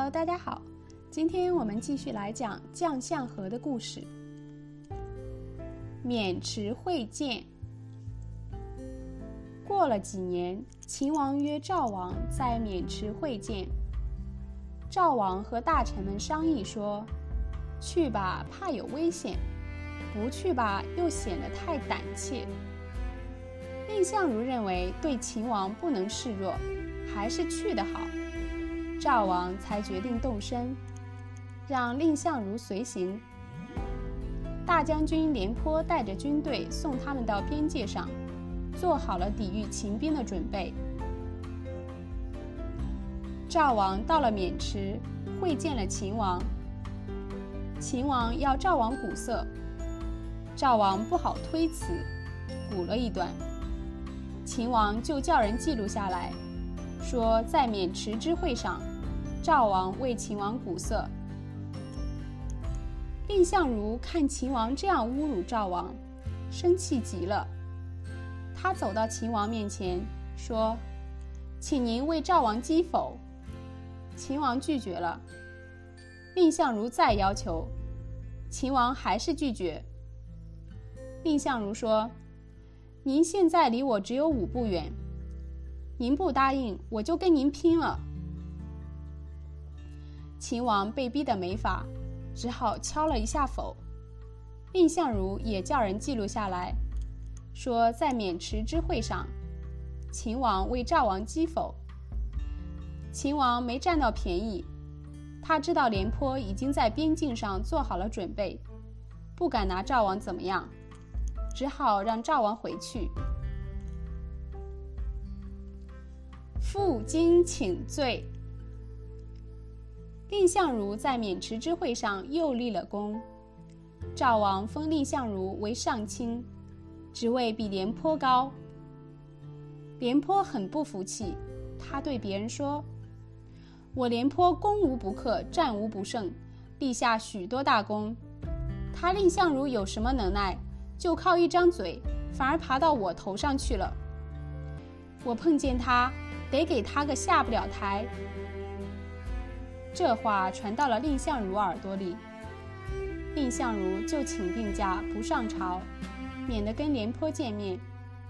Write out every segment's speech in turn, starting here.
Hello， 大家好，今天我们继续来讲将相和的故事。渑池会见。过了几年，秦王约赵王在渑池会见。赵王和大臣们商议说，去吧怕有危险，不去吧又显得太胆怯。蔺相如认为对秦王不能示弱，还是去得好。赵王才决定动身，让蔺相如随行。大将军廉颇带着军队送他们到边界上，做好了抵御秦兵的准备。赵王到了渑池，会见了秦王。秦王要赵王鼓瑟，赵王不好推辞，鼓了一段。秦王就叫人记录下来，说在渑池之会上，赵王为秦王鼓瑟。蔺相如看秦王这样侮辱赵王，生气极了。他走到秦王面前，说：“请您为赵王击否。”秦王拒绝了。蔺相如再要求，秦王还是拒绝。蔺相如说：“您现在离我只有5步远，您不答应，我就跟您拼了。”秦王被逼得没法，只好敲了一下否。蔺相如也叫人记录下来，说在渑池之会上，秦王为赵王击否。秦王没占到便宜，他知道廉颇已经在边境上做好了准备，不敢拿赵王怎么样，只好让赵王回去。负荆请罪。蔺相如在渑池之会上又立了功，赵王封蔺相如为上卿，职位比廉颇高。廉颇很不服气，他对别人说：“我廉颇攻无不克，战无不胜，立下许多大功。他蔺相如有什么能耐？就靠一张嘴，反而爬到我头上去了。我碰见他，得给他个下不了台。”这话传到了蔺相如耳朵里，蔺相如就请病假不上朝，免得跟廉颇见面。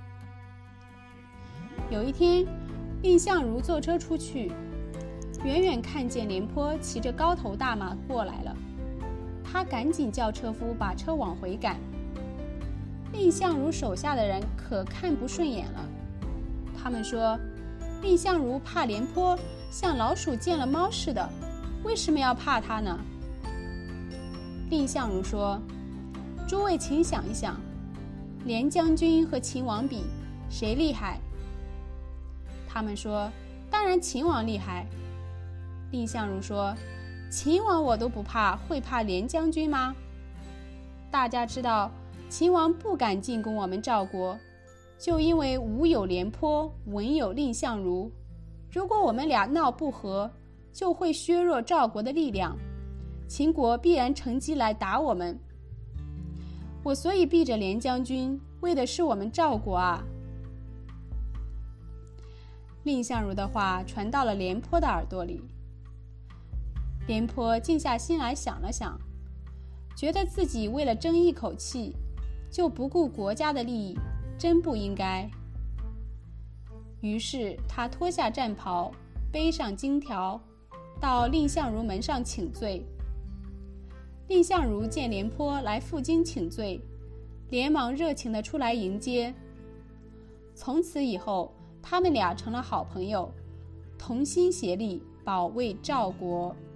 有一天，蔺相如坐车出去，远远看见廉颇骑着高头大马过来了，他赶紧叫车夫把车往回赶。蔺相如手下的人可看不顺眼了，他们说蔺相如怕廉颇像老鼠见了猫似的，为什么要怕他呢？蔺相如说：“诸位请想一想，廉将军和秦王比，谁厉害？”他们说：“当然秦王厉害。”蔺相如说：“秦王我都不怕，会怕廉将军吗？大家知道秦王不敢进攻我们赵国，就因为武有廉颇，文有蔺相如。如果我们俩闹不和，就会削弱赵国的力量，秦国必然乘机来打我们。我所以避着廉将军，为的是我们赵国啊。”蔺相如的话传到了廉颇的耳朵里。廉颇静下心来想了想，觉得自己为了争一口气，就不顾国家的利益，真不应该。于是他脱下战袍，背上荆条，到蔺相如门上请罪。蔺相如见廉颇来负荆请罪，连忙热情地出来迎接。从此以后，他们俩成了好朋友，同心协力保卫赵国。